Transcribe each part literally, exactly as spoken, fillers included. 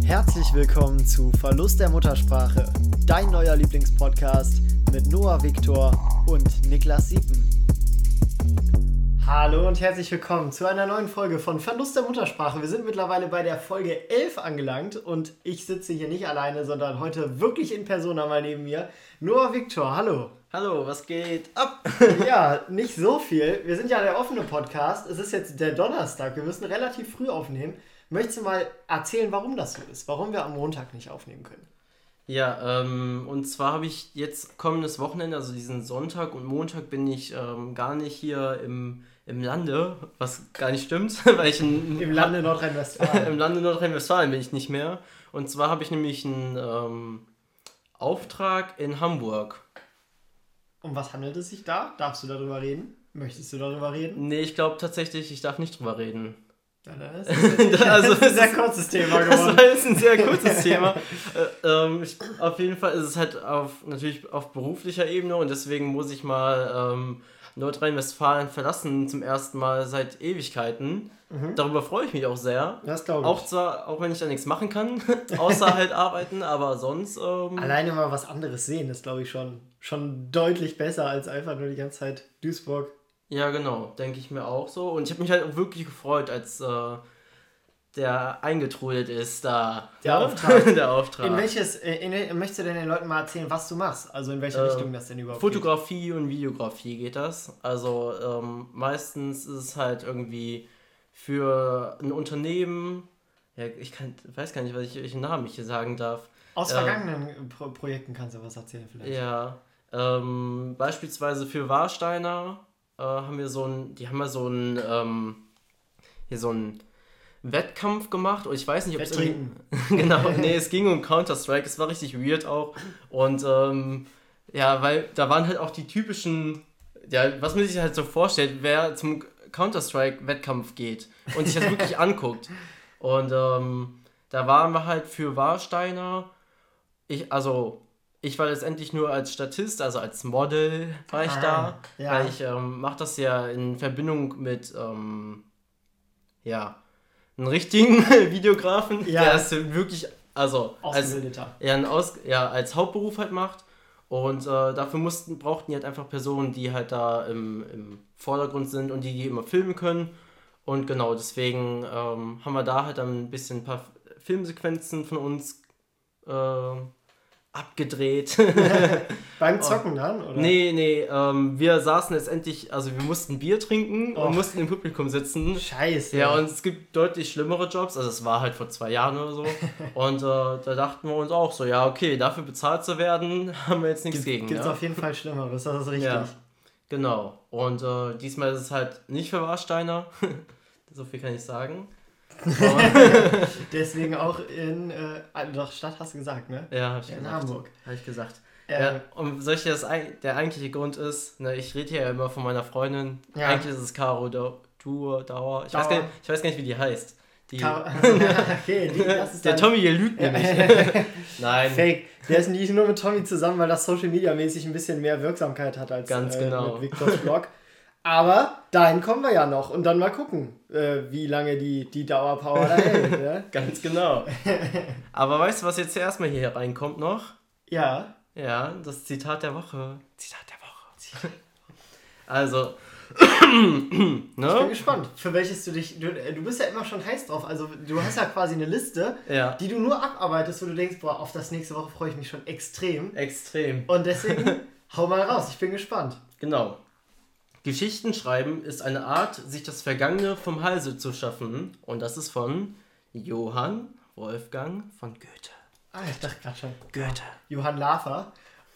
Herzlich willkommen zu Verlust der Muttersprache, dein neuer Lieblingspodcast mit Noah Viktor und Niklas Siepen. Hallo und herzlich willkommen zu einer neuen Folge von Verlust der Muttersprache. Wir sind mittlerweile bei der Folge elf angelangt und ich sitze hier nicht alleine, sondern heute wirklich in Persona mal neben mir. Noah Viktor, hallo. Hallo, was geht ab? Ja, nicht so viel. Wir sind ja der offene Podcast. Es ist jetzt der Donnerstag. Wir müssen relativ früh aufnehmen. Möchtest du mal erzählen, warum das so ist? Warum wir am Montag nicht aufnehmen können? Ja, ähm, und zwar habe ich jetzt kommendes Wochenende, also diesen Sonntag und Montag bin ich ähm, gar nicht hier im, im Lande, was gar nicht stimmt, weil ich in, Im Lande Nordrhein-Westfalen. Im Lande Nordrhein-Westfalen bin ich nicht mehr. Und zwar habe ich nämlich einen ähm, Auftrag in Hamburg. Um was handelt es sich da? Darfst du darüber reden? Möchtest du darüber reden? Nee, ich glaube tatsächlich, ich darf nicht drüber reden. Ja, das ist, jetzt, also, das ist ein sehr kurzes Thema geworden. Das war jetzt ein sehr kurzes Thema. äh, ähm, ich, auf jeden Fall ist es halt auf, natürlich auf beruflicher Ebene und deswegen muss ich mal ähm, Nordrhein-Westfalen verlassen zum ersten Mal seit Ewigkeiten. Mhm. Darüber freue ich mich auch sehr. Das glaube ich. Auch zwar, auch wenn ich da nichts machen kann, außer halt arbeiten, aber sonst... Ähm, Alleine mal was anderes sehen, ist glaube ich schon, schon deutlich besser als einfach nur die ganze Zeit Duisburg. Ja, genau, denke ich mir auch so. Und ich habe mich halt auch wirklich gefreut, als äh, der eingetrudelt ist, da. Der ja? Auftrag. der Auftrag. In welches, in, in, möchtest du denn den Leuten mal erzählen, was du machst? Also in welche äh, Richtung das denn überhaupt Fotografie geht? Und Videografie geht das. Also ähm, meistens ist es halt irgendwie für ein Unternehmen, ja, ich kann, weiß gar nicht, was ich, welchen Namen ich hier sagen darf. Aus ähm, vergangenen Pro- Projekten kannst du was erzählen vielleicht. Ja, ähm, beispielsweise für Warsteiner. Äh, haben wir so ein, die haben ja so ein, ähm, hier so einen Wettkampf gemacht und ich weiß nicht, ob es genau, nee, es ging um Counter-Strike, es war richtig weird auch und ähm, ja, weil da waren halt auch die typischen, ja, was man sich halt so vorstellt, wer zum Counter-Strike-Wettkampf geht und sich das wirklich anguckt und ähm, da waren wir halt für Warsteiner, ich, also ich war letztendlich nur als Statist, also als Model war ich ah, da, ja. Weil ich ähm, mache das ja in Verbindung mit, ähm, ja, einem richtigen Videografen, ja. Der es wirklich, also als, ja, ein Aus, ja, als Hauptberuf halt macht und äh, dafür mussten, brauchten die halt einfach Personen, die halt da im, im Vordergrund sind und die, die immer filmen können und genau, deswegen ähm, haben wir da halt dann ein bisschen ein paar Filmsequenzen von uns äh, abgedreht. Beim Zocken dann, oder? Nee, nee, ähm, wir saßen letztendlich, also wir mussten Bier trinken oh. und mussten im Publikum sitzen. Scheiße. Ja, und es gibt deutlich schlimmere Jobs, also es war halt vor zwei Jahren oder so. Und äh, da dachten wir uns auch so, ja okay, dafür bezahlt zu werden, haben wir jetzt nichts Gibt, gegen. Gibt es ja? auf jeden Fall Schlimmeres, das ist richtig. Ja, genau. Und äh, diesmal ist es halt nicht für Warsteiner, so viel kann ich sagen. Deswegen auch in äh, doch Stadt hast du gesagt, ne? Ja, hab ich in gesagt. Hamburg. Hab ich gesagt. Ähm, ja, und soll ich dir das, der eigentliche Grund ist, ne, ich rede hier ja immer von meiner Freundin, ja. Eigentlich ist es Caro Dauer, Dauer. Ich, weiß gar nicht, ich weiß gar nicht, wie die heißt. Die, Car- okay, die, das ist der dann, Tommy hier lügt nämlich. Nein. Fake. Der ist nicht nur mit Tommy zusammen, weil das Social Media mäßig ein bisschen mehr Wirksamkeit hat als Ganz genau. äh, mit Viktors Blog. Aber dahin kommen wir ja noch und dann mal gucken, äh, wie lange die, die Dauerpower da hält. Ja? Ganz genau. Aber weißt du, was jetzt erstmal hier reinkommt noch? Ja. Ja, das Zitat der Woche. Zitat der Woche. Also, ne? Ich bin gespannt, für welches du dich... Du, du bist ja immer schon heiß drauf. Also du hast ja quasi eine Liste, ja. die du nur abarbeitest, wo du denkst, boah, auf das nächste Woche freue ich mich schon extrem. Extrem. Und deswegen, hau mal raus, ich bin gespannt. Genau. Geschichten schreiben ist eine Art, sich das Vergangene vom Halse zu schaffen. Und das ist von Johann Wolfgang von Goethe. Ah, ich dachte gerade schon. Goethe. Johann Lafer.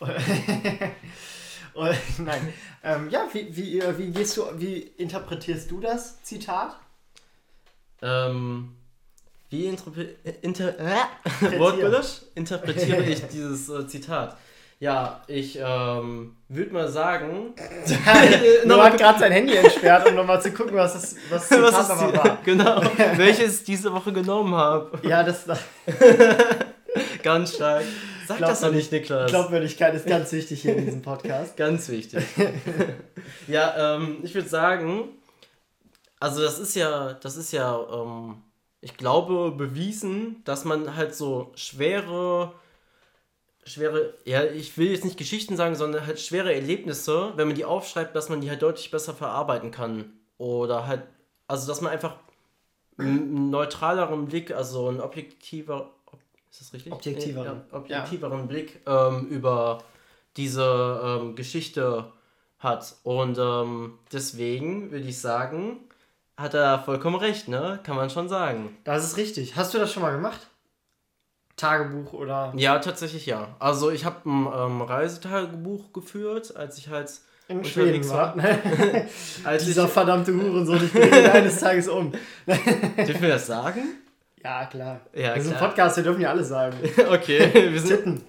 Nein. Ähm, ja, wie, wie, wie gehst du, wie interpretierst du das Zitat? Ähm, wie interpre- inter- äh, Wortgulasch interpretiere ich dieses äh, Zitat? Ja, ich ähm, würde mal sagen... Noah hat gerade sein Handy entsperrt, um nochmal zu gucken, was das, was das Zitat was aber war. Genau, welches ich diese Woche genommen habe. Ja, das... Ganz stark. Sag das doch nicht, Niklas. Glaubwürdigkeit ist ganz wichtig hier in diesem Podcast. Ganz wichtig. Ja, ähm, ich würde sagen, also das ist ja, das ist ja ähm, ich glaube, bewiesen, dass man halt so schwere, schwere, ja, ich will jetzt nicht Geschichten sagen, sondern halt schwere Erlebnisse, wenn man die aufschreibt, dass man die halt deutlich besser verarbeiten kann. Oder halt, also dass man einfach einen neutraleren Blick, also ein objektiver, ist das richtig? Objektiveren. Ja, objektiveren ja. Blick ähm, über diese ähm, Geschichte hat. Und ähm, deswegen würde ich sagen, hat er vollkommen recht, ne? Kann man schon sagen. Das ist richtig. Hast du das schon mal gemacht? Tagebuch oder? Ja, tatsächlich ja. Also ich habe ein ähm, Reisetagebuch geführt, als ich halt in Schweden war. als Dieser ich, verdammte Hurensohn, ich bringe eines Tages um. Dürfen wir das sagen? Ja, klar. Ja, wir sind ein Podcast, wir dürfen ja alles sagen. Okay. Wir sind Titten.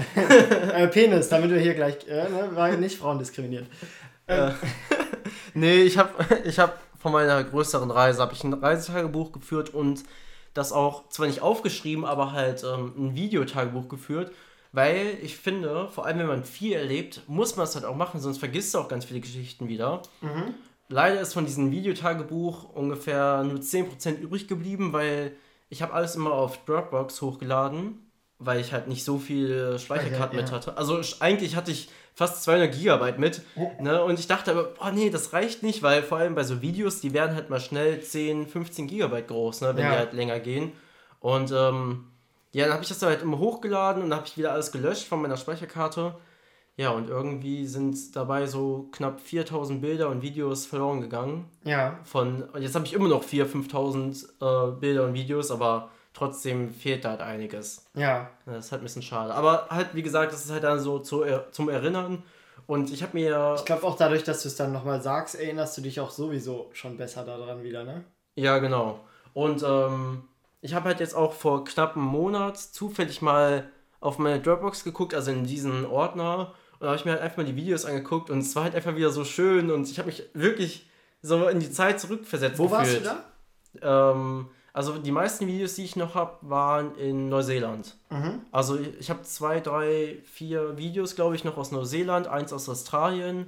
äh, Penis, damit wir hier gleich äh, ne, nicht Frauen diskriminieren. Äh, nee, ich habe ich hab von meiner größeren Reise habe ich ein Reisetagebuch geführt und das auch zwar nicht aufgeschrieben, aber halt ähm, ein Videotagebuch geführt, weil ich finde, vor allem wenn man viel erlebt, muss man es halt auch machen, sonst vergisst du auch ganz viele Geschichten wieder. Mhm. Leider ist von diesem Videotagebuch ungefähr nur zehn Prozent übrig geblieben, weil ich habe alles immer auf Dropbox hochgeladen, weil ich halt nicht so viel Speicherkarten ja, ja. mit hatte. Also eigentlich hatte ich fast zweihundert Gigabyte mit, oh. ne? Und ich dachte aber, oh nee, das reicht nicht, weil vor allem bei so Videos, die werden halt mal schnell zehn, fünfzehn Gigabyte groß, ne? Wenn ja. die halt länger gehen. Und ähm, ja, dann habe ich das halt immer hochgeladen und dann habe ich wieder alles gelöscht von meiner Speicherkarte. Ja, und irgendwie sind dabei so knapp viertausend Bilder und Videos verloren gegangen. Ja. Von, und jetzt habe ich immer noch viertausend, fünftausend äh, Bilder und Videos, aber trotzdem fehlt da halt einiges. Ja. Das ist halt ein bisschen schade. Aber halt, wie gesagt, das ist halt dann so zu, zum Erinnern. Und ich habe mir... Ich glaube auch dadurch, dass du es dann nochmal sagst, erinnerst du dich auch sowieso schon besser daran wieder, ne? Ja, genau. Und ähm, ich habe halt jetzt auch vor knapp einem Monat zufällig mal auf meine Dropbox geguckt, also in diesen Ordner. Und da habe ich mir halt einfach mal die Videos angeguckt und es war halt einfach wieder so schön und ich habe mich wirklich so in die Zeit zurückversetzt Wo gefühlt. warst du da? Ähm, also die meisten Videos, die ich noch habe, waren in Neuseeland. Mhm. Also ich habe zwei, drei, vier Videos, glaube ich, noch aus Neuseeland, eins aus Australien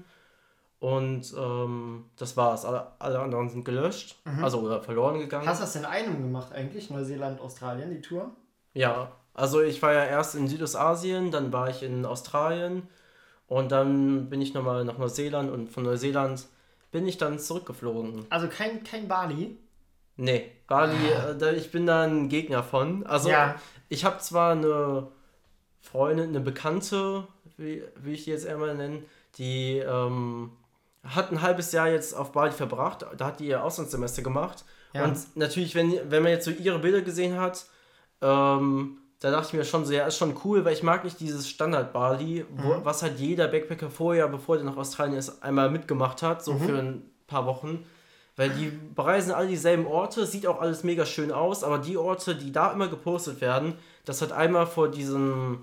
und ähm, das war's. Alle, alle anderen sind gelöscht, mhm. also oder verloren gegangen. Hast du das in einem gemacht eigentlich, Neuseeland, Australien, die Tour? Ja, also ich war ja erst in Südostasien, dann war ich in Australien und dann bin ich nochmal nach Neuseeland und von Neuseeland bin ich dann zurückgeflogen. Also kein, kein Bali? Nee, Bali, ah. äh, ich bin da ein Gegner von. Also ja. ich habe zwar eine Freundin, eine Bekannte, wie, wie ich die jetzt eher mal nenne, die ähm, hat ein halbes Jahr jetzt auf Bali verbracht, da hat die ihr Auslandssemester gemacht. Ja. Und natürlich, wenn, wenn man jetzt so ihre Bilder gesehen hat, ähm, da dachte ich mir schon so, ja, ist schon cool, weil ich mag nicht dieses Standard-Bali, wo, mhm. was halt jeder Backpacker vorher, bevor der nach Australien ist, einmal mitgemacht hat, so mhm. für ein paar Wochen. Weil die bereisen alle dieselben Orte, sieht auch alles mega schön aus, aber die Orte, die da immer gepostet werden, das hat einmal vor diesem,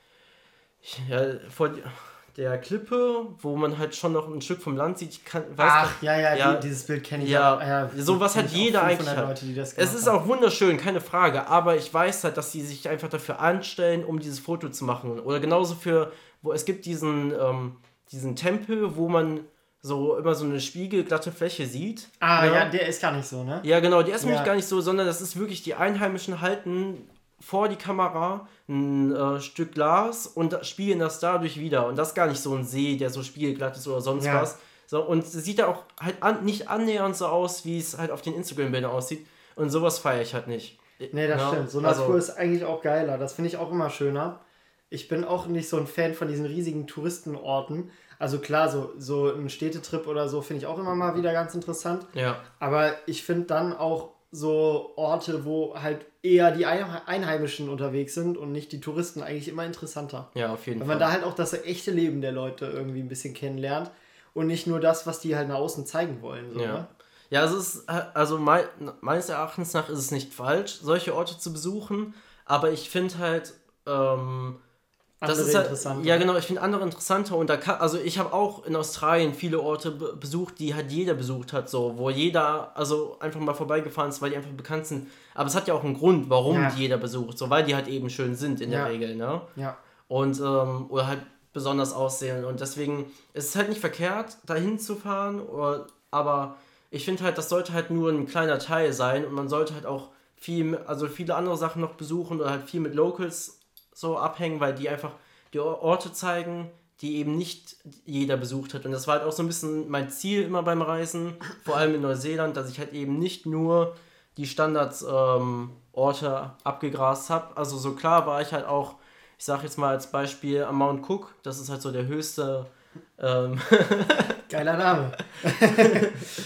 ja, vor der Klippe, wo man halt schon noch ein Stück vom Land sieht. Ich kann, weiß Ach, nicht, ja, ja, ja, die, dieses Bild kenne ich. Ja, ja, so was hat jeder eigentlich. Leute, die das es ist haben. auch wunderschön, keine Frage, aber ich weiß halt, dass sie sich einfach dafür anstellen, um dieses Foto zu machen. Oder genauso für, wo es gibt diesen, ähm, diesen Tempel, wo man so immer so eine spiegelglatte Fläche sieht. Ah, ja, ja der ist gar nicht so, ne? Ja, genau, der ist ja. nämlich gar nicht so, sondern das ist wirklich, die Einheimischen halten vor die Kamera ein äh, Stück Glas und spiegeln das dadurch wieder. Und das ist gar nicht so ein See, der so spiegelglatt ist oder sonst ja. was. So, und es sieht ja auch halt an, nicht annähernd so aus, wie es halt auf den Instagram-Bildern aussieht. Und sowas feiere ich halt nicht. Nee, das ja? stimmt. So Natur also, ist eigentlich auch geiler. Das finde ich auch immer schöner. Ich bin auch nicht so ein Fan von diesen riesigen Touristenorten. Also klar, so, so ein Städtetrip oder so finde ich auch immer mal wieder ganz interessant. Ja. Aber ich finde dann auch so Orte, wo halt eher die Einheimischen unterwegs sind und nicht die Touristen, eigentlich immer interessanter. Ja, auf jeden Weil Fall. man da halt auch das echte Leben der Leute irgendwie ein bisschen kennenlernt und nicht nur das, was die halt nach außen zeigen wollen. So, ja. Ne? Ja, es ist, also mein, meines Erachtens nach ist es nicht falsch, solche Orte zu besuchen, aber ich finde halt, ähm, das andere ist halt, interessanter. Ja, genau, ich finde andere interessanter und da kann, also ich habe auch in Australien viele Orte be- besucht, die halt jeder besucht hat, so, wo jeder, also einfach mal vorbeigefahren ist, weil die einfach bekannt sind, aber es hat ja auch einen Grund, warum ja. die jeder besucht, so, weil die halt eben schön sind in ja. der Regel, ne? Ja. Und, ähm, oder halt besonders aussehen und deswegen ist es halt nicht verkehrt, dahin zu fahren, oder, aber ich finde halt, das sollte halt nur ein kleiner Teil sein und man sollte halt auch viel, also viele andere Sachen noch besuchen oder halt viel mit Locals so abhängen, weil die einfach die Orte zeigen, die eben nicht jeder besucht hat. Und das war halt auch so ein bisschen mein Ziel immer beim Reisen, vor allem in Neuseeland, dass ich halt eben nicht nur die Standardorte ähm, abgegrast habe. Also so klar war ich halt auch, ich sage jetzt mal als Beispiel am Mount Cook, das ist halt so der höchste... Ähm Geiler Name. äh,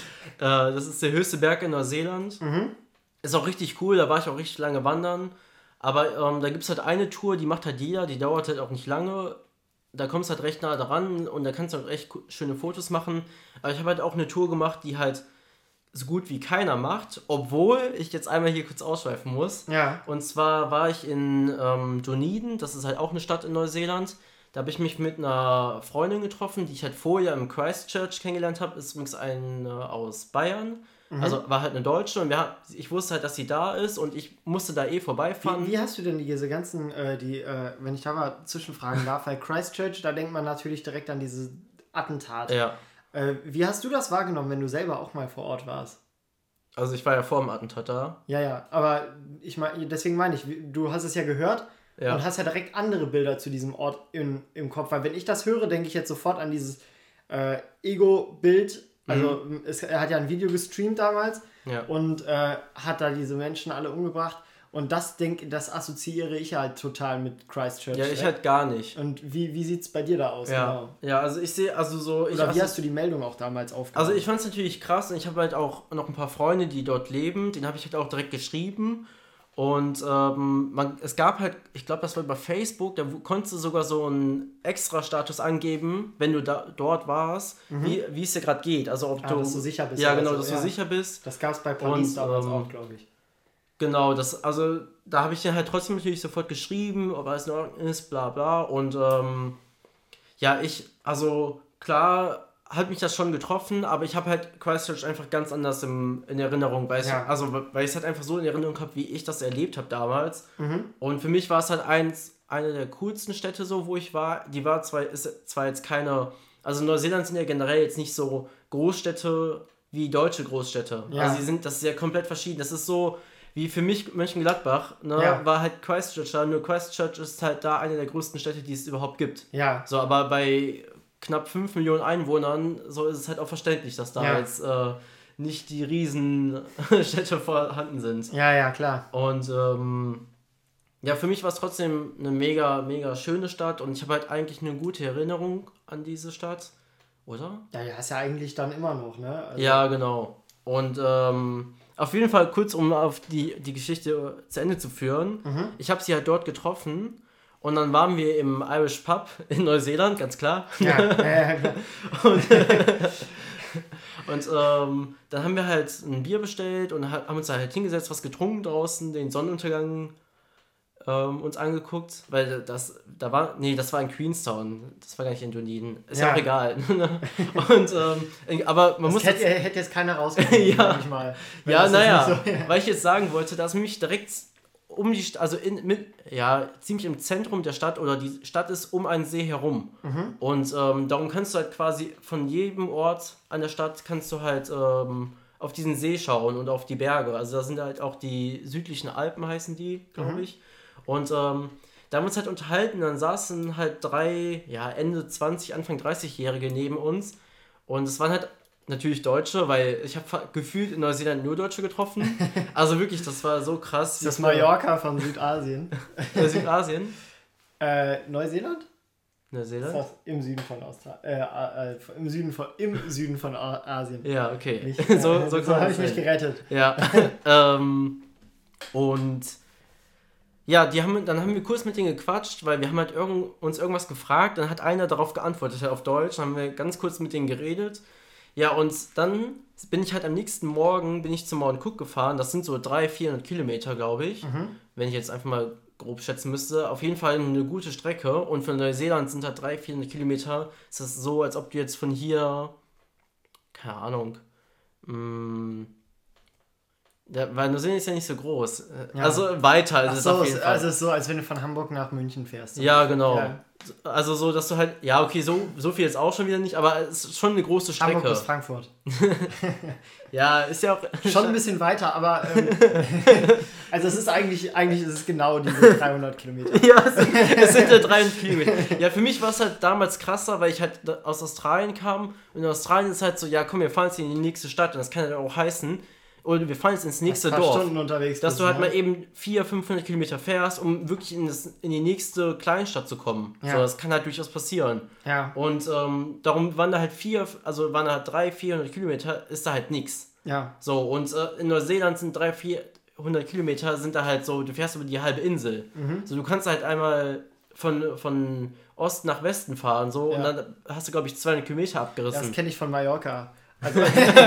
das ist der höchste Berg in Neuseeland. Mhm. Ist auch richtig cool, da war ich auch richtig lange wandern. Aber ähm, da gibt es halt eine Tour, die macht halt jeder, die dauert halt auch nicht lange. Da kommst du halt recht nah dran und da kannst du halt echt schöne Fotos machen. Aber ich habe halt auch eine Tour gemacht, die halt so gut wie keiner macht, obwohl ich jetzt einmal hier kurz ausschweifen muss. Ja. Und zwar war ich in ähm, Dunedin, das ist halt auch eine Stadt in Neuseeland. Da habe ich mich mit einer Freundin getroffen, die ich halt vorher im Christchurch kennengelernt habe. Ist übrigens eine aus Bayern. Mhm. Also war halt eine Deutsche und wir, ich wusste halt, dass sie da ist und ich musste da eh vorbeifahren. Wie, wie hast du denn diese ganzen, äh, die, äh, wenn ich da mal zwischenfragen darf, weil Christchurch, da denkt man natürlich direkt an diese Attentat. Ja. Äh, wie hast du das wahrgenommen, wenn du selber auch mal vor Ort warst? Also ich war ja vor dem Attentat da. Ja, ja, aber ich mein, deswegen meine ich, du hast es ja gehört ja. und hast ja direkt andere Bilder zu diesem Ort in, im Kopf, weil wenn ich das höre, denke ich jetzt sofort an dieses äh, Ego-Bild. Also mhm. es, er hat ja ein Video gestreamt damals ja. und äh, hat da diese Menschen alle umgebracht. Und das denk, das assoziiere ich halt total mit Christchurch. Ja, ich halt gar nicht. Und wie, wie sieht es bei dir da aus? Ja, genau? ja, also ich sehe, also so... Ich Oder wie also, hast du die Meldung auch damals aufgenommen? Also ich fand es natürlich krass und ich habe halt auch noch ein paar Freunde, die dort leben, denen habe ich halt auch direkt geschrieben. Und ähm, man, es gab halt, ich glaube, das war über Facebook, da konntest du sogar so einen Extra-Status angeben, wenn du da dort warst, mhm. wie, wie es dir gerade geht. Also ob ah, du... dass du sicher bist. Ja, genau, so. dass ja. du sicher bist. Das gab es bei Police und, damals ähm, auch, glaube ich. Genau, das, also da habe ich dann halt trotzdem natürlich sofort geschrieben, ob alles in Ordnung ist, bla bla. Und ähm, ja, ich, also klar hat mich das schon getroffen, aber ich habe halt Christchurch einfach ganz anders im, in Erinnerung, weil, ja. ich, also, weil ich es halt einfach so in Erinnerung habe, wie ich das erlebt habe damals. Mhm. Und für mich war es halt eins, eine der coolsten Städte so, wo ich war. Die war zwar, ist zwar jetzt keine, also Neuseeland sind ja generell jetzt nicht so Großstädte wie deutsche Großstädte. Ja. Also die sind, das ist ja komplett verschieden. Das ist so... Wie für mich Mönchengladbach, ne, ja. war halt Christchurch da, nur Christchurch ist halt da eine der größten Städte, die es überhaupt gibt. Ja. So, aber bei knapp fünf Millionen Einwohnern, so ist es halt auch verständlich, dass da ja. jetzt äh, nicht die Riesenstädte vorhanden sind. Ja, ja, klar. Und ähm, ja, für mich war es trotzdem eine mega, mega schöne Stadt und ich habe halt eigentlich eine gute Erinnerung an diese Stadt, oder? Ja, ja, ist ja eigentlich dann immer noch, ne? Also ja, genau. Und ähm, auf jeden Fall kurz, um auf die, die Geschichte zu Ende zu führen. Mhm. Ich habe sie halt dort getroffen und dann waren wir im Irish Pub in Neuseeland, ganz klar. Ja, ja, ja klar. und und ähm, dann haben wir halt ein Bier bestellt und haben uns da halt hingesetzt, was getrunken draußen, den Sonnenuntergang ähm, uns angeguckt, weil das, da war, nee, das war in Queenstown, das war gar nicht in Dunedin, ist ja, ja auch egal. und, ähm, aber man das muss hätte, jetzt, hätte jetzt keiner rausgefunden, ja, sag ich mal. Ja, naja, so, ja. weil ich jetzt sagen wollte, dass mich direkt um die, also in, mit, ja, ziemlich im Zentrum der Stadt oder die Stadt ist um einen See herum. Mhm. Und ähm, darum kannst du halt quasi von jedem Ort an der Stadt kannst du halt ähm, auf diesen See schauen und auf die Berge. Also da sind halt auch die südlichen Alpen, heißen die, glaube mhm. ich. Und ähm, da haben wir uns halt unterhalten, dann saßen halt drei, ja, Ende zwanzig, Anfang dreißig-Jährige neben uns und es waren halt natürlich Deutsche, weil ich habe gefühlt in Neuseeland nur Deutsche getroffen. Also wirklich, das war so krass. Das ist Mallorca von Südasien. Südasien? äh, Neuseeland? Neuseeland? Das heißt im Süden von Australien. Äh, äh, im, Süden von, Im Süden von Asien. Ja, okay. Nicht, äh, so so, so habe ich mich gerettet. Ja. ähm, und ja, die haben, dann haben wir kurz mit denen gequatscht, weil wir haben halt irgend, uns irgendwas gefragt, dann hat einer darauf geantwortet, halt auf Deutsch, dann haben wir ganz kurz mit denen geredet. Ja, und dann bin ich halt am nächsten Morgen, bin ich zum Mount Cook gefahren, das sind so dreihundert, vierhundert Kilometer, glaube ich, mhm. wenn ich jetzt einfach mal grob schätzen müsste. Auf jeden Fall eine gute Strecke und für Neuseeland sind halt dreihundert, vierhundert Kilometer, ist das so, als ob du jetzt von hier, keine Ahnung, mh, Ja, weil Neuseeland ist ja nicht so groß. Ja. Also weiter ist Ach es so, auf jeden Fall. Also so, als wenn du von Hamburg nach München fährst. Ja, genau. Ja. Also so, dass du halt, ja okay, so, so viel jetzt auch schon wieder nicht, aber es ist schon eine große Strecke. Hamburg bis Frankfurt. Ja, ist ja auch... Schon ein bisschen weiter, aber ähm, also es ist eigentlich, eigentlich ist es genau diese dreihundert Kilometer. Ja, es sind, es sind ja dreihundert Kilometer. Ja, für mich war es halt damals krasser, weil ich halt aus Australien kam und in Australien ist halt so, ja komm, wir fahren jetzt in die nächste Stadt und das kann halt auch heißen, oder wir fahren jetzt ins nächste ein paar Dorf. Stunden unterwegs dass bist, du halt ja. mal eben vierhundert, fünfhundert Kilometer fährst, um wirklich in, das, in die nächste Kleinstadt zu kommen. Ja. So, das kann halt durchaus passieren. Ja. Und ähm, darum waren da halt vier, also waren da halt dreihundert, vierhundert Kilometer, ist da halt nichts. Ja. So, und äh, in Neuseeland sind dreihundert, vierhundert Kilometer, sind da halt so, du fährst über die halbe Insel. Mhm. So, du kannst halt einmal von, von Osten nach Westen fahren, so, ja. Und dann hast du, glaube ich, zweihundert Kilometer abgerissen. Das kenne ich von Mallorca. Also,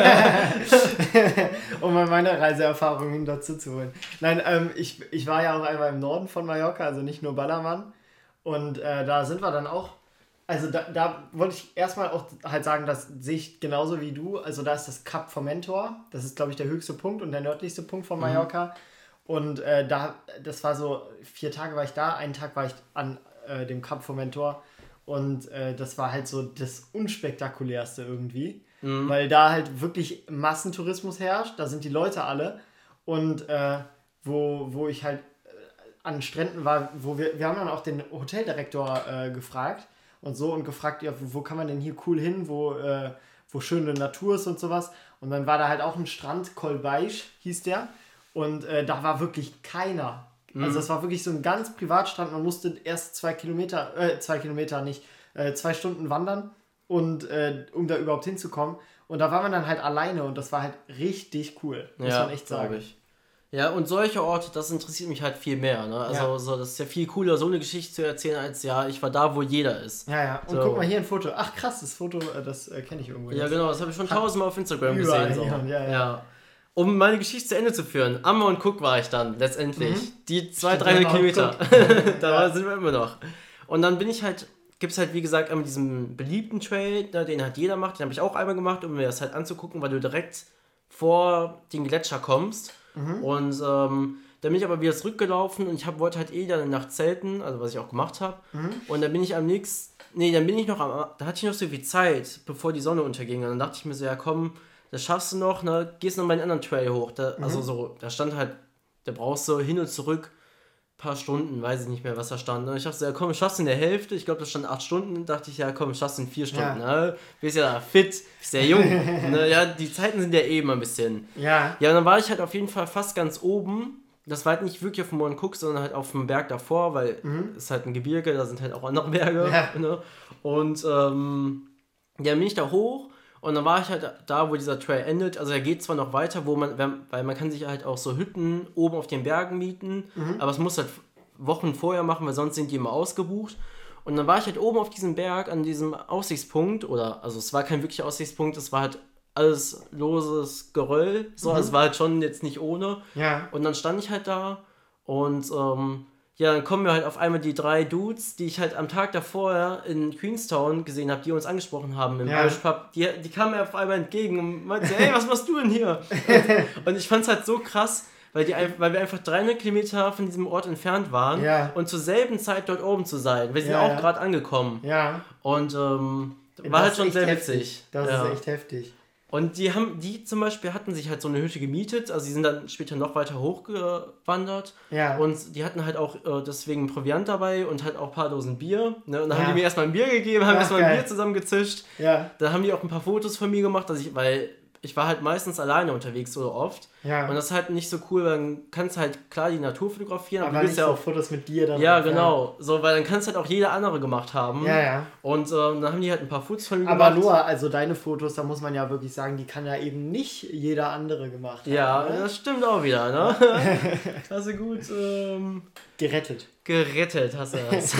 um mal meine Reiseerfahrungen dazu zu holen. Nein, ähm, ich, ich war ja auch einmal im Norden von Mallorca, also nicht nur Ballermann. Und äh, da sind wir dann auch, also da, da wollte ich erstmal auch halt sagen, das sehe ich genauso wie du. Also da ist das Cap Formentor, das ist glaube ich der höchste Punkt und der nördlichste Punkt von Mallorca. Mhm. Und äh, da, das war so, vier Tage war ich da, einen Tag war ich an äh, dem Cap Formentor. Und äh, das war halt so das Unspektakulärste irgendwie. Mhm. Weil da halt wirklich Massentourismus herrscht, da sind die Leute alle und äh, wo, wo ich halt äh, an Stränden war, wo wir, wir haben dann auch den Hoteldirektor äh, gefragt und so und gefragt, ja, wo kann man denn hier cool hin, wo, äh, wo schöne Natur ist und sowas und dann war da halt auch ein Strand, Kolbeich hieß der und äh, da war wirklich keiner. Mhm. Also das war wirklich so ein ganz Privatstrand, man musste erst zwei Kilometer, äh, zwei Kilometer nicht, äh, zwei Stunden wandern. Und äh, um da überhaupt hinzukommen. Und da war man dann halt alleine und das war halt richtig cool, muss ja, man echt sagen. Ich. Ja, und solche Orte, das interessiert mich halt viel mehr. Ne? Also ja. so, das ist ja viel cooler, so eine Geschichte zu erzählen, als ja, ich war da, wo jeder ist. Ja, ja. Und so. Guck mal hier ein Foto. Ach krass, das Foto, das äh, kenne ich irgendwo. Ja, jetzt. Genau, das habe ich schon tausendmal auf Instagram Überall, gesehen. So. Ja, ja, ja. Um meine Geschichte zu Ende zu führen, Ammer und Cook war ich dann letztendlich. Mhm. Die zweihundert, dreihundert Kilometer. Da ja. sind wir immer noch. Und dann bin ich halt... Gibt es halt, wie gesagt, einmal diesen beliebten Trail, den halt jeder macht. Den habe ich auch einmal gemacht, um mir das halt anzugucken, weil du direkt vor den Gletscher kommst. Mhm. Und ähm, dann bin ich aber wieder zurückgelaufen und ich hab, wollte halt eh dann eine Nacht zelten, also was ich auch gemacht habe. Mhm. Und dann bin ich am nächsten, nee, dann bin ich noch am, da hatte ich noch so viel Zeit, bevor die Sonne unterging. Und dann dachte ich mir so, ja komm, das schaffst du noch, ne, gehst noch mal einen anderen Trail hoch. Da, mhm. Also so, da stand halt, da brauchst du hin und zurück paar Stunden, weiß ich nicht mehr, was da stand. Und ich dachte, ja komm, schaffst du in der Hälfte. Ich glaube, das stand acht Stunden. dachte ich, ja komm, schaffst du in vier Stunden. Ja. Ne? Bist ja fit, bist ja jung. Ne? Ja, die Zeiten sind ja eben ein bisschen. Ja. Ja, und dann war ich halt auf jeden Fall fast ganz oben. Das war halt nicht wirklich auf dem Mount Cook, sondern halt auf dem Berg davor, weil mhm. es ist halt ein Gebirge, da sind halt auch andere Berge. Ja. Ne? Und ähm, ja, bin ich da hoch. Und dann war ich halt da, wo dieser Trail endet. Also er geht zwar noch weiter, wo man, weil man kann sich halt auch so Hütten oben auf den Bergen mieten, mhm. aber es muss halt Wochen vorher machen, weil sonst sind die immer ausgebucht. Und dann war ich halt oben auf diesem Berg an diesem Aussichtspunkt, oder, also es war kein wirklicher Aussichtspunkt, es war halt alles loses Geröll, so, mhm. also es war halt schon jetzt nicht ohne. Ja. Und dann stand ich halt da und ähm, ja, dann kommen mir halt auf einmal die drei Dudes, die ich halt am Tag davor in Queenstown gesehen habe, die uns angesprochen haben im ja. Irish Pub. Die, die kamen mir auf einmal entgegen und meinten, hey, was machst du denn hier? und, und ich fand's halt so krass, weil, die, weil wir einfach dreihundert Kilometer von diesem Ort entfernt waren ja. und zur selben Zeit dort oben zu sein. Wir sind ja, auch ja. gerade angekommen. Ja. Und ähm, war halt schon sehr heftig. witzig. Das ja. ist echt heftig. Und die haben, die zum Beispiel hatten sich halt so eine Hütte gemietet, also die sind dann später noch weiter hochgewandert. Ja. Und die hatten halt auch äh, deswegen Proviant dabei und halt auch ein paar Dosen Bier. Ne? Und dann ja. haben die mir erstmal ein Bier gegeben, haben erstmal ein Bier zusammengezischt. Ja. Da haben die auch ein paar Fotos von mir gemacht, dass ich, weil ich war halt meistens alleine unterwegs so oft. Ja. Und das ist halt nicht so cool, weil dann kannst du halt klar die Natur fotografieren, aber, aber du willst nicht ja so auch Fotos mit dir dann. Ja, genau. So, weil dann kannst halt auch jeder andere gemacht haben. Ja, ja. Und ähm, dann haben die halt ein paar Fotos von mir aber gemacht. Aber nur, also deine Fotos, da muss man ja wirklich sagen, die kann ja eben nicht jeder andere gemacht haben. Ja, ne? Das stimmt auch wieder, ne? Hast du gut ähm, gerettet. Gerettet hast du das.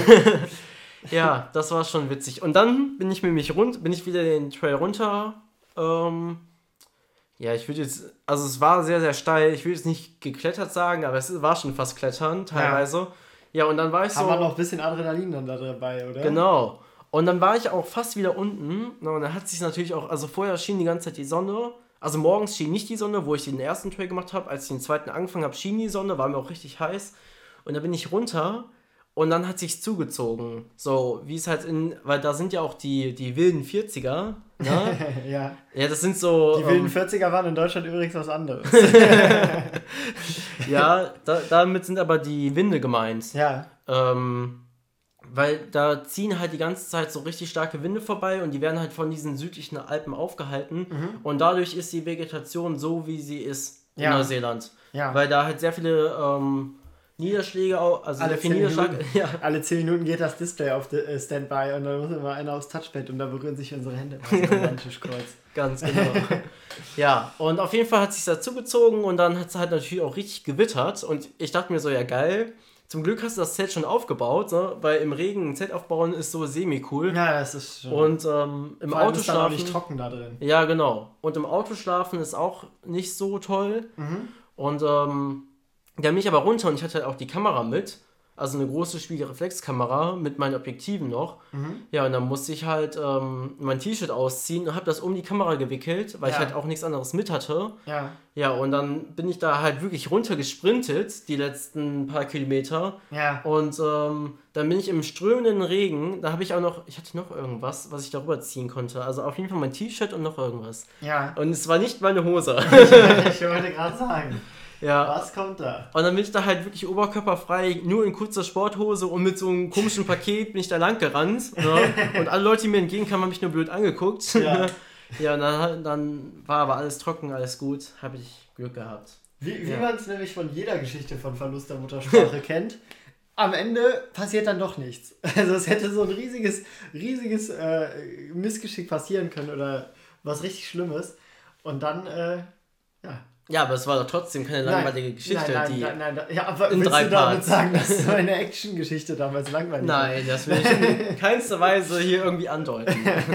Ja, das war schon witzig. Und dann bin ich mit mich rund, bin ich wieder den Trail runter. Ähm, ja, ich würde jetzt, also es war sehr, sehr steil. Ich würde jetzt nicht geklettert sagen, aber es war schon fast Klettern teilweise. Ja, ja und dann war ich so... Aber noch ein bisschen Adrenalin dann da dabei, oder? Genau. Und dann war ich auch fast wieder unten. Und dann hat sich natürlich auch, also vorher schien die ganze Zeit die Sonne, Also morgens schien nicht die Sonne, wo ich den ersten Trail gemacht habe. Als ich den zweiten angefangen habe, schien die Sonne, war mir auch richtig heiß. Und da bin ich runter und dann hat sich's zugezogen. So, wie es halt in, weil da sind ja auch die, die wilden vierziger. Ne? ja. Ja, das sind so... Die wilden ähm, vierziger waren in Deutschland übrigens was anderes. ja, da, damit sind aber die Winde gemeint. Ja. Ähm... Weil da ziehen halt die ganze Zeit so richtig starke Winde vorbei und die werden halt von diesen südlichen Alpen aufgehalten. Mhm. Und dadurch ist die Vegetation so, wie sie ist in ja. Neuseeland. Ja. Weil da halt sehr viele ähm, Niederschläge, also alle sehr viel Niederschlag. Ja. Alle zehn Minuten geht das Display auf the, uh, Standby und dann muss immer einer aufs Touchpad und da berühren sich unsere Hände. Ganz genau. Ja, und auf jeden Fall hat es sich dazu gezogen und dann hat es halt natürlich auch richtig gewittert und ich dachte mir so, ja geil. Zum Glück hast du das Zelt schon aufgebaut, ne? Weil im Regen ein Zelt aufbauen ist so semi-cool. Ja, das ist schon. Und ähm, im Auto schlafen... Ist nicht trocken da drin. Ja, genau. Und im Auto schlafen ist auch nicht so toll. Mhm. Und ähm, da bin ich aber runter und ich hatte halt auch die Kamera mit. Also eine große Spiegelreflexkamera mit meinen Objektiven noch. Mhm. Ja, und dann musste ich halt ähm, mein T-Shirt ausziehen und habe das um die Kamera gewickelt, weil ja. ich halt auch nichts anderes mit hatte. Ja. Ja, und dann bin ich da halt wirklich runter gesprintet, die letzten paar Kilometer. Ja. Und ähm, dann bin ich im strömenden Regen, da habe ich auch noch, ich hatte noch irgendwas, was ich darüber ziehen konnte. Also auf jeden Fall mein T-Shirt und noch irgendwas. Ja. Und es war nicht meine Hose. Ich wollte gerade sagen. Ja. Was kommt da? Und dann bin ich da halt wirklich oberkörperfrei, nur in kurzer Sporthose und mit so einem komischen Paket bin ich da lang gerannt. Ne? Und alle Leute, die mir entgegenkamen, haben mich nur blöd angeguckt. Ja, ja und dann, dann war aber alles trocken, alles gut. Habe ich Glück gehabt. Wie, wie ja. man es nämlich von jeder Geschichte von Verlust der Muttersprache kennt, am Ende passiert dann doch nichts. Also es hätte so ein riesiges, riesiges äh, Missgeschick passieren können oder was richtig Schlimmes. Und dann, äh, ja... Ja, aber es war doch trotzdem keine langweilige nein, Geschichte, nein, nein, die nein, nein, nein. Ja, aber in willst drei du damit Parts. sagen, dass so eine Action-Geschichte damals langweilig war? Nein, das will ich in keinster Weise hier irgendwie andeuten.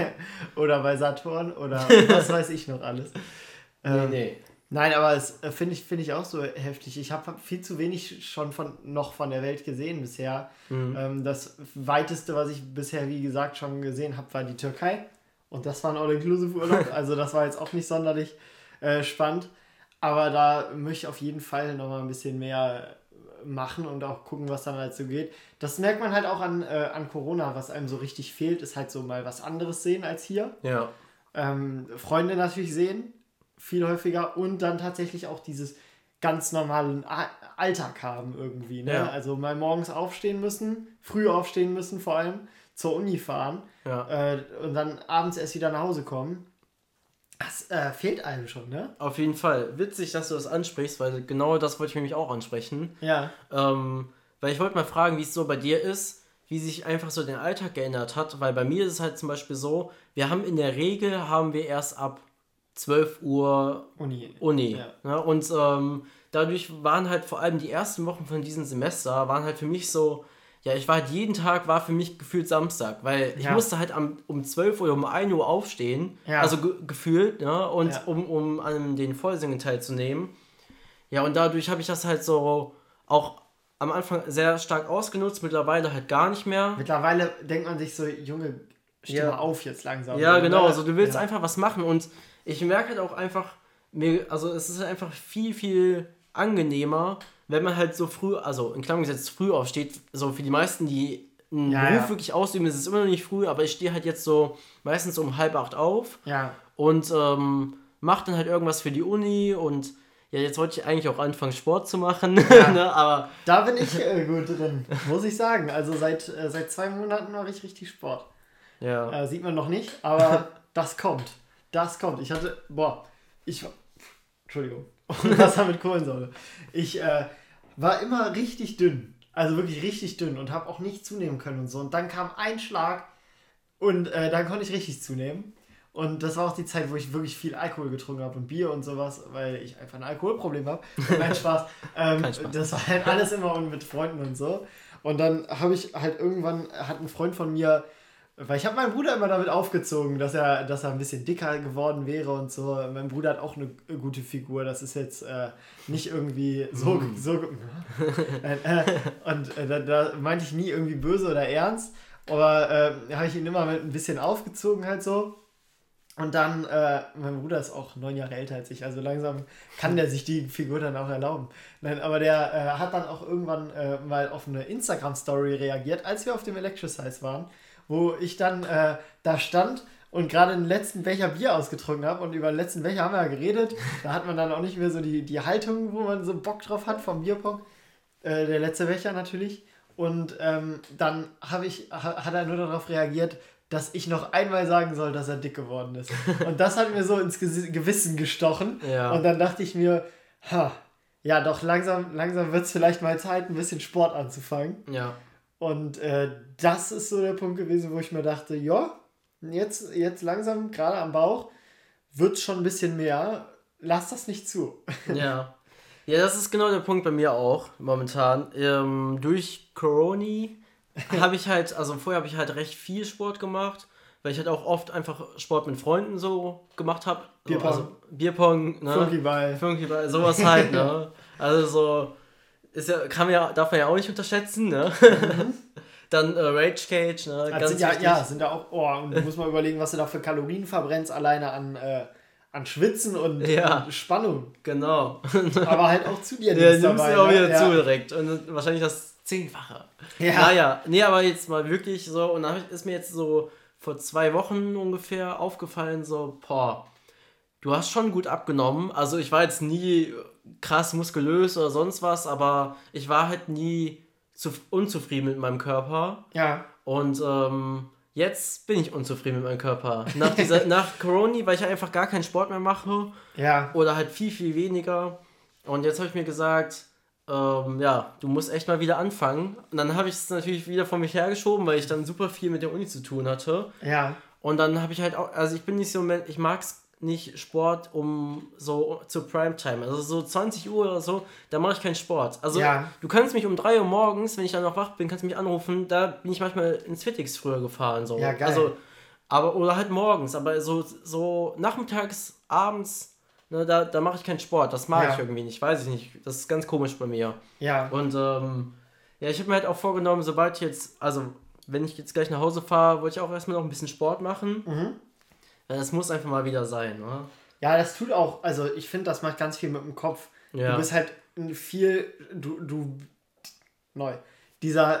Oder bei Saturn oder was weiß ich noch alles. Nee, ähm, nee. Nein, aber es äh, finde ich, find ich auch so heftig. Ich habe viel zu wenig schon von, noch von der Welt gesehen bisher. Mhm. Ähm, das weiteste, was ich bisher, wie gesagt, schon gesehen habe, war die Türkei. Und das war ein All-Inclusive-Urlaub. Also das war jetzt auch nicht sonderlich äh, spannend. Aber da möchte ich auf jeden Fall nochmal ein bisschen mehr machen und auch gucken, was dann halt so geht. Das merkt man halt auch an, äh, an Corona, was einem so richtig fehlt, ist halt so mal was anderes sehen als hier. Ja. Ähm, Freunde natürlich sehen, viel häufiger und dann tatsächlich auch dieses ganz normalen A- Alltag haben irgendwie. Ne? Ja. Also mal morgens aufstehen müssen, früh aufstehen müssen vor allem, zur Uni fahren ja. äh, und dann abends erst wieder nach Hause kommen. Das äh, fehlt einem schon, ne? Auf jeden Fall. Witzig, dass du das ansprichst, weil genau das wollte ich nämlich auch ansprechen. Ja. Ähm, weil ich wollte mal fragen, wie es so bei dir ist, wie sich einfach so der Alltag geändert hat, weil bei mir ist es halt zum Beispiel so, wir haben in der Regel, haben wir erst ab zwölf Uhr Uni. Uni. Ja. Ne? Und ähm, dadurch waren halt vor allem die ersten Wochen von diesem Semester, waren halt für mich so, ja, ich war halt jeden Tag, war für mich gefühlt Samstag, weil ich ja. musste halt am, um zwölf Uhr, um ein Uhr aufstehen, ja. also ge- gefühlt, ne, und ja. um, um an den Vorlesungen teilzunehmen. Ja, und dadurch habe ich das halt so auch am Anfang sehr stark ausgenutzt, mittlerweile halt gar nicht mehr. Mittlerweile denkt man sich so, Junge, steh ja. mal auf jetzt langsam. Ja, so, genau, also du willst ja. einfach was machen und ich merke halt auch einfach, mir, also es ist halt einfach viel, viel angenehmer, wenn man halt so früh, also in Klammern gesetzt früh aufsteht, so für die meisten, die einen ja, Beruf ja. wirklich ausüben, ist es immer noch nicht früh, aber ich stehe halt jetzt so meistens um halb acht auf ja. und ähm, mache dann halt irgendwas für die Uni und ja, jetzt wollte ich eigentlich auch anfangen, Sport zu machen, ja. ne, aber... Da bin ich äh, gut drin, muss ich sagen. Also seit, äh, seit zwei Monaten mache ich richtig Sport. Ja. Äh, sieht man noch nicht, aber das kommt. Das kommt. Ich hatte, boah, ich war, Entschuldigung, Wasser mit Kohlensäure. Ich äh, war immer richtig dünn, also wirklich richtig dünn und habe auch nicht zunehmen können und so. Und dann kam ein Schlag und äh, dann konnte ich richtig zunehmen. Und das war auch die Zeit, wo ich wirklich viel Alkohol getrunken habe und Bier und sowas, weil ich einfach ein Alkoholproblem habe. Kein Spaß. Ähm, Kein Spaß. Das war halt alles immer mit Freunden und so. Und dann habe ich halt irgendwann, hat ein Freund von mir, weil ich habe meinen Bruder immer damit aufgezogen, dass er, dass er ein bisschen dicker geworden wäre und so. Mein Bruder hat auch eine gute Figur, das ist jetzt äh, nicht irgendwie so... Mm. so äh, und äh, da, da meinte ich nie irgendwie böse oder ernst, aber äh, habe ich ihn immer mit ein bisschen aufgezogen halt so. Und dann, äh, mein Bruder ist auch neun Jahre älter als ich, also langsam kann der sich die Figur dann auch erlauben. Nein, aber der äh, hat dann auch irgendwann äh, mal auf eine Instagram-Story reagiert, als wir auf dem Electrocise waren, wo ich dann äh, da stand und gerade den letzten Becher Bier ausgetrunken habe und über den letzten Becher haben wir ja geredet. Da hat man dann auch nicht mehr so die, die Haltung, wo man so Bock drauf hat vom Bierpong. Äh, der letzte Becher natürlich. Und ähm, dann hab ich, ha, hat er nur darauf reagiert, dass ich noch einmal sagen soll, dass er dick geworden ist. Und das hat mir so ins Gewissen gestochen. Ja. Und dann dachte ich mir, ha, ja doch, langsam, langsam wird es vielleicht mal Zeit, ein bisschen Sport anzufangen. Ja. Und äh, das ist so der Punkt gewesen, wo ich mir dachte, ja, jetzt, jetzt langsam, gerade am Bauch, wird es schon ein bisschen mehr. Lass das nicht zu. Ja. Ja, das ist genau der Punkt bei mir auch momentan. Ähm, durch Corona habe ich halt, also vorher habe ich halt recht viel Sport gemacht, weil ich halt auch oft einfach Sport mit Freunden so gemacht habe. Bierpong. Also Bierpong, ne? Funkyball. Funkyball, sowas halt, ne? Also so, ist ja, kann man ja, darf man ja auch nicht unterschätzen, ne? Mhm. Dann äh, Rage Cage, ne? Ganz sind ja, ja, sind da auch, oh, und du musst mal überlegen, was du da für Kalorien verbrennst, alleine an, äh, an Schwitzen und, ja. und Spannung. Genau. Aber halt auch zu dir. Ja, nimmst dabei, du auch wieder ja. zu direkt. Und wahrscheinlich das Zehnfache. Ja. Naja, nee, aber jetzt mal wirklich so, und dann ist mir jetzt so vor zwei Wochen ungefähr aufgefallen, so, boah, du hast schon gut abgenommen. Also ich war jetzt nie krass muskulös oder sonst was, aber ich war halt nie zu, unzufrieden mit meinem Körper. Ja. Und ähm, jetzt bin ich unzufrieden mit meinem Körper. Nach, dieser, nach Corona, weil ich einfach gar keinen Sport mehr mache. Ja. Oder halt viel, viel weniger. Und jetzt habe ich mir gesagt, ähm, ja, du musst echt mal wieder anfangen. Und dann habe ich es natürlich wieder von mich hergeschoben, weil ich dann super viel mit der Uni zu tun hatte. Ja. Und dann habe ich halt auch, also ich bin nicht so, ich mag es nicht Sport um so zur Primetime. Also so zwanzig Uhr oder so, da mache ich keinen Sport. Also ja. du kannst mich um drei Uhr morgens, wenn ich dann noch wach bin, kannst du mich anrufen, da bin ich manchmal ins Fitix früher gefahren. So. Ja, geil. Also, aber, oder halt morgens, aber so, so nachmittags, abends, ne, da, da mache ich keinen Sport. Das mag ja. ich irgendwie nicht, weiß ich nicht. Das ist ganz komisch bei mir. Ja. Und ähm, ja, ich habe mir halt auch vorgenommen, sobald ich jetzt, also wenn ich jetzt gleich nach Hause fahre, wollte ich auch erstmal noch ein bisschen Sport machen. Mhm. Das muss einfach mal wieder sein, ne? Ja, das tut auch, also ich finde, das macht ganz viel mit dem Kopf. Ja. Du bist halt viel, du, du, neu, dieser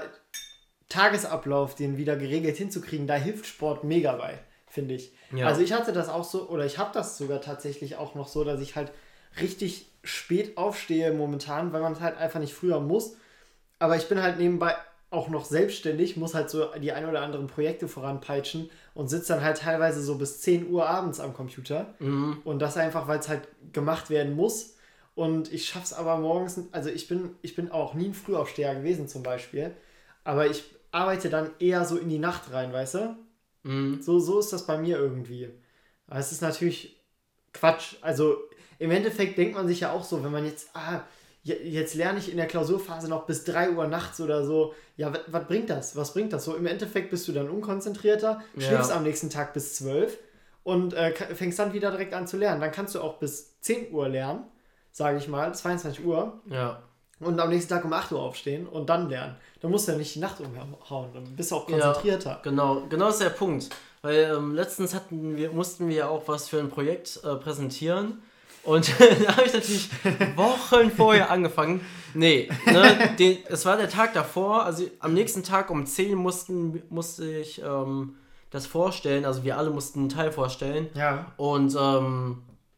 Tagesablauf, den wieder geregelt hinzukriegen, da hilft Sport mega bei, finde ich. Ja. Also ich hatte das auch so, oder ich habe das sogar tatsächlich auch noch so, dass ich halt richtig spät aufstehe momentan, weil man es halt einfach nicht früher muss. Aber ich bin halt nebenbei auch noch selbstständig, muss halt so die ein oder anderen Projekte voranpeitschen und sitze dann halt teilweise so bis zehn Uhr abends am Computer. Mhm. Und das einfach, weil es halt gemacht werden muss. Und ich schaff's aber morgens, also ich bin, ich bin auch nie ein Frühaufsteher gewesen zum Beispiel, aber ich arbeite dann eher so in die Nacht rein, weißt du? Mhm. So, so ist das bei mir irgendwie. Aber es ist natürlich Quatsch. Also im Endeffekt denkt man sich ja auch so, wenn man jetzt, ah, jetzt lerne ich in der Klausurphase noch bis drei Uhr nachts oder so. Ja, was bringt das? Was bringt das? So im Endeffekt bist du dann unkonzentrierter, schläfst ja. am nächsten Tag bis zwölf und äh, fängst dann wieder direkt an zu lernen. Dann kannst du auch bis zehn Uhr lernen, sage ich mal, zweiundzwanzig Uhr. Ja. Und am nächsten Tag um acht Uhr aufstehen und dann lernen. Dann musst du ja nicht die Nacht umhauen, dann bist du auch konzentrierter. Ja, genau, genau ist der Punkt. Weil ähm, letztens hatten wir, mussten wir ja auch was für ein Projekt äh, präsentieren. Und da habe ich natürlich Wochen vorher angefangen. Nee, ne, den, es war der Tag davor, also am nächsten Tag um zehn mussten, musste ich ähm, das vorstellen, also wir alle mussten einen Teil vorstellen. Ja. Und ähm,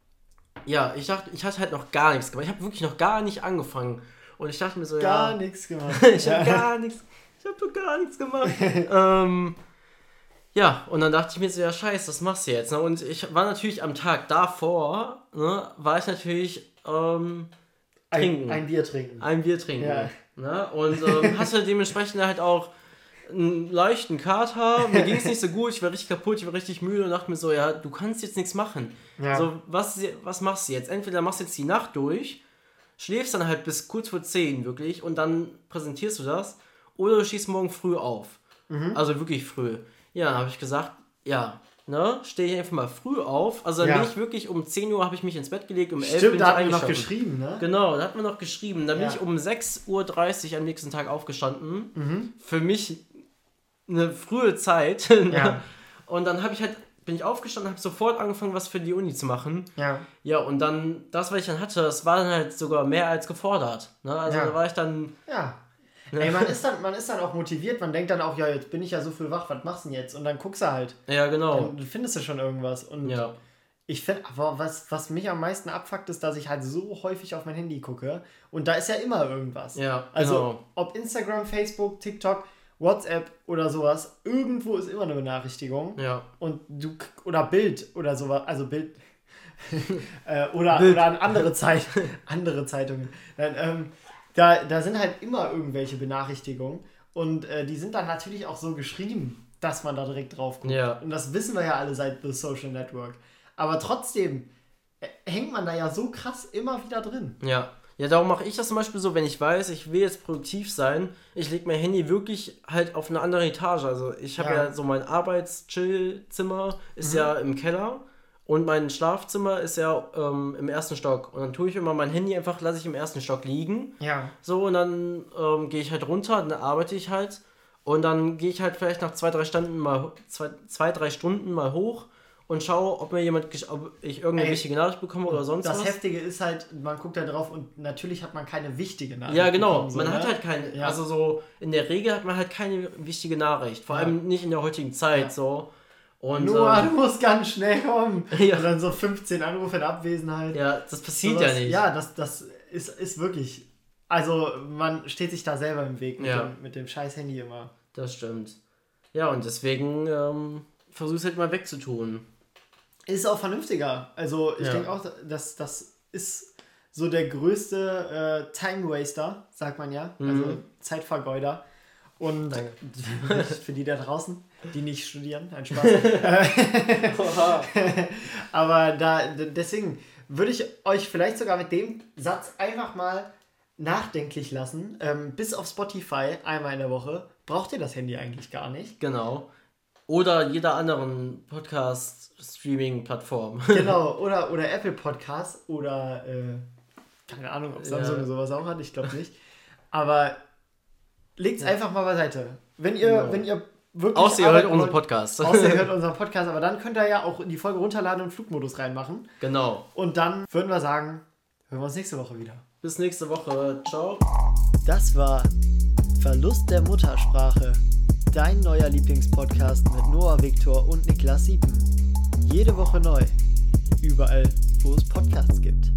ja, ich dachte, ich hatte halt noch gar nichts gemacht. Ich habe wirklich noch gar nicht angefangen. Und ich dachte mir so, gar ja... Gar nichts gemacht. ich habe gar nichts, ich habe doch gar nichts gemacht. ähm... Ja, und dann dachte ich mir so, ja scheiße, was machst du jetzt? Ne? Und ich war natürlich am Tag davor, ne, war ich natürlich ähm, trinken. Ein, ein Bier trinken. Ein Bier trinken. Ja. Ne? Und ähm, hatte dementsprechend halt auch einen leichten Kater. Mir ging es nicht so gut, ich war richtig kaputt, ich war richtig müde und dachte mir so, ja, du kannst jetzt nichts machen. Ja. So, was, was machst du jetzt? Entweder machst du jetzt die Nacht durch, schläfst dann halt bis kurz vor zehn wirklich und dann präsentierst du das, oder du stehst morgen früh auf. Mhm. Also wirklich früh. Ja, dann habe ich gesagt, ja, ne, stehe ich einfach mal früh auf. Also dann ja. bin ich wirklich um zehn Uhr habe ich mich ins Bett gelegt, um elf Uhr Stimmt, bin da ich hatten wir noch geschrieben, ne? Genau, da hat man noch geschrieben. Dann ja. bin ich um sechs Uhr dreißig am nächsten Tag aufgestanden. Mhm. Für mich eine frühe Zeit. Ne? Ja. Und dann habe ich halt bin ich aufgestanden, habe sofort angefangen, was für die Uni zu machen. Ja. Ja, und dann, das, was ich dann hatte, das war dann halt sogar mehr als gefordert. Ne? Also ja. da war ich dann... Ja. Ey, man ist, dann, man ist dann auch motiviert, man denkt dann auch, ja, jetzt bin ich ja so viel wach, was machst du denn jetzt? Und dann guckst du halt. Ja, genau. Dann findest du schon irgendwas. Und ja. ich finde, aber was, was mich am meisten abfuckt, ist, dass ich halt so häufig auf mein Handy gucke. Und da ist ja immer irgendwas. Ja, also, genau. ob Instagram, Facebook, TikTok, WhatsApp oder sowas, irgendwo ist immer eine Benachrichtigung. Ja. Und du, oder Bild oder sowas, also Bild, äh, oder, Bild. oder an andere Zeit, andere Zeitungen. Dann, ähm, da, da sind halt immer irgendwelche Benachrichtigungen und äh, die sind dann natürlich auch so geschrieben, dass man da direkt drauf guckt. Ja. Und das wissen wir ja alle seit The Social Network. Aber trotzdem äh, hängt man da ja so krass immer wieder drin. Ja. Ja, darum mache ich das zum Beispiel so, wenn ich weiß, ich will jetzt produktiv sein, ich lege mein Handy wirklich halt auf eine andere Etage. Also ich habe ja. ja so mein Arbeits-Chill-Zimmer ist mhm. ja im Keller und mein Schlafzimmer ist ja ähm, im ersten Stock. Und dann tue ich immer mein Handy einfach, lasse ich im ersten Stock liegen. Ja. So, und dann ähm, gehe ich halt runter, dann arbeite ich halt und dann gehe ich halt vielleicht nach zwei, drei Stunden mal, zwei, zwei drei Stunden mal hoch und schaue, ob mir jemand, ob ich irgendeine Ey, wichtige Nachricht bekomme oder sonst das was. Das Heftige ist halt, man guckt da drauf und natürlich hat man keine wichtige Nachricht. Ja, genau. Bekommen, so, man ne? hat halt keine, ja. also so, in der Regel hat man halt keine wichtige Nachricht. Vor ja. allem nicht in der heutigen Zeit, ja. so. Und, Noah, ähm, du musst ganz schnell kommen. Ja. Und dann so fünfzehn Anrufe in Abwesenheit. Ja, das passiert so was, ja nicht. Ja, das, das ist, ist wirklich, also man steht sich da selber im Weg mit, ja. dem, mit dem scheiß Handy immer. Das stimmt. Ja, und deswegen ähm, versuch's halt mal wegzutun. Ist auch vernünftiger. Also ich ja. denke auch, dass das ist so der größte äh, Time-Waster, sagt man ja. Mhm. Also Zeitvergeuder. Und für die da draußen, die nicht studieren, ein Spaß. Aber da deswegen würde ich euch vielleicht sogar mit dem Satz einfach mal nachdenklich lassen. Ähm, bis auf Spotify einmal in der Woche braucht ihr das Handy eigentlich gar nicht. Genau. Oder jeder anderen Podcast-Streaming-Plattform. Genau, oder, oder Apple Podcasts oder äh, keine Ahnung, ob Samsung ja. sowas auch hat, ich glaube nicht. Aber legt es ja. einfach mal beiseite. Wenn ihr, genau. wenn ihr wirklich... Außer ihr hört unseren Podcast. Außer ihr hört unseren Podcast, aber dann könnt ihr ja auch die Folge runterladen und Flugmodus reinmachen. Genau. Und dann würden wir sagen, hören wir uns nächste Woche wieder. Bis nächste Woche. Ciao. Das war Verlust der Muttersprache. Dein neuer Lieblingspodcast mit Noah Viktor und Niklas Siepen. Jede Woche neu. Überall, wo es Podcasts gibt.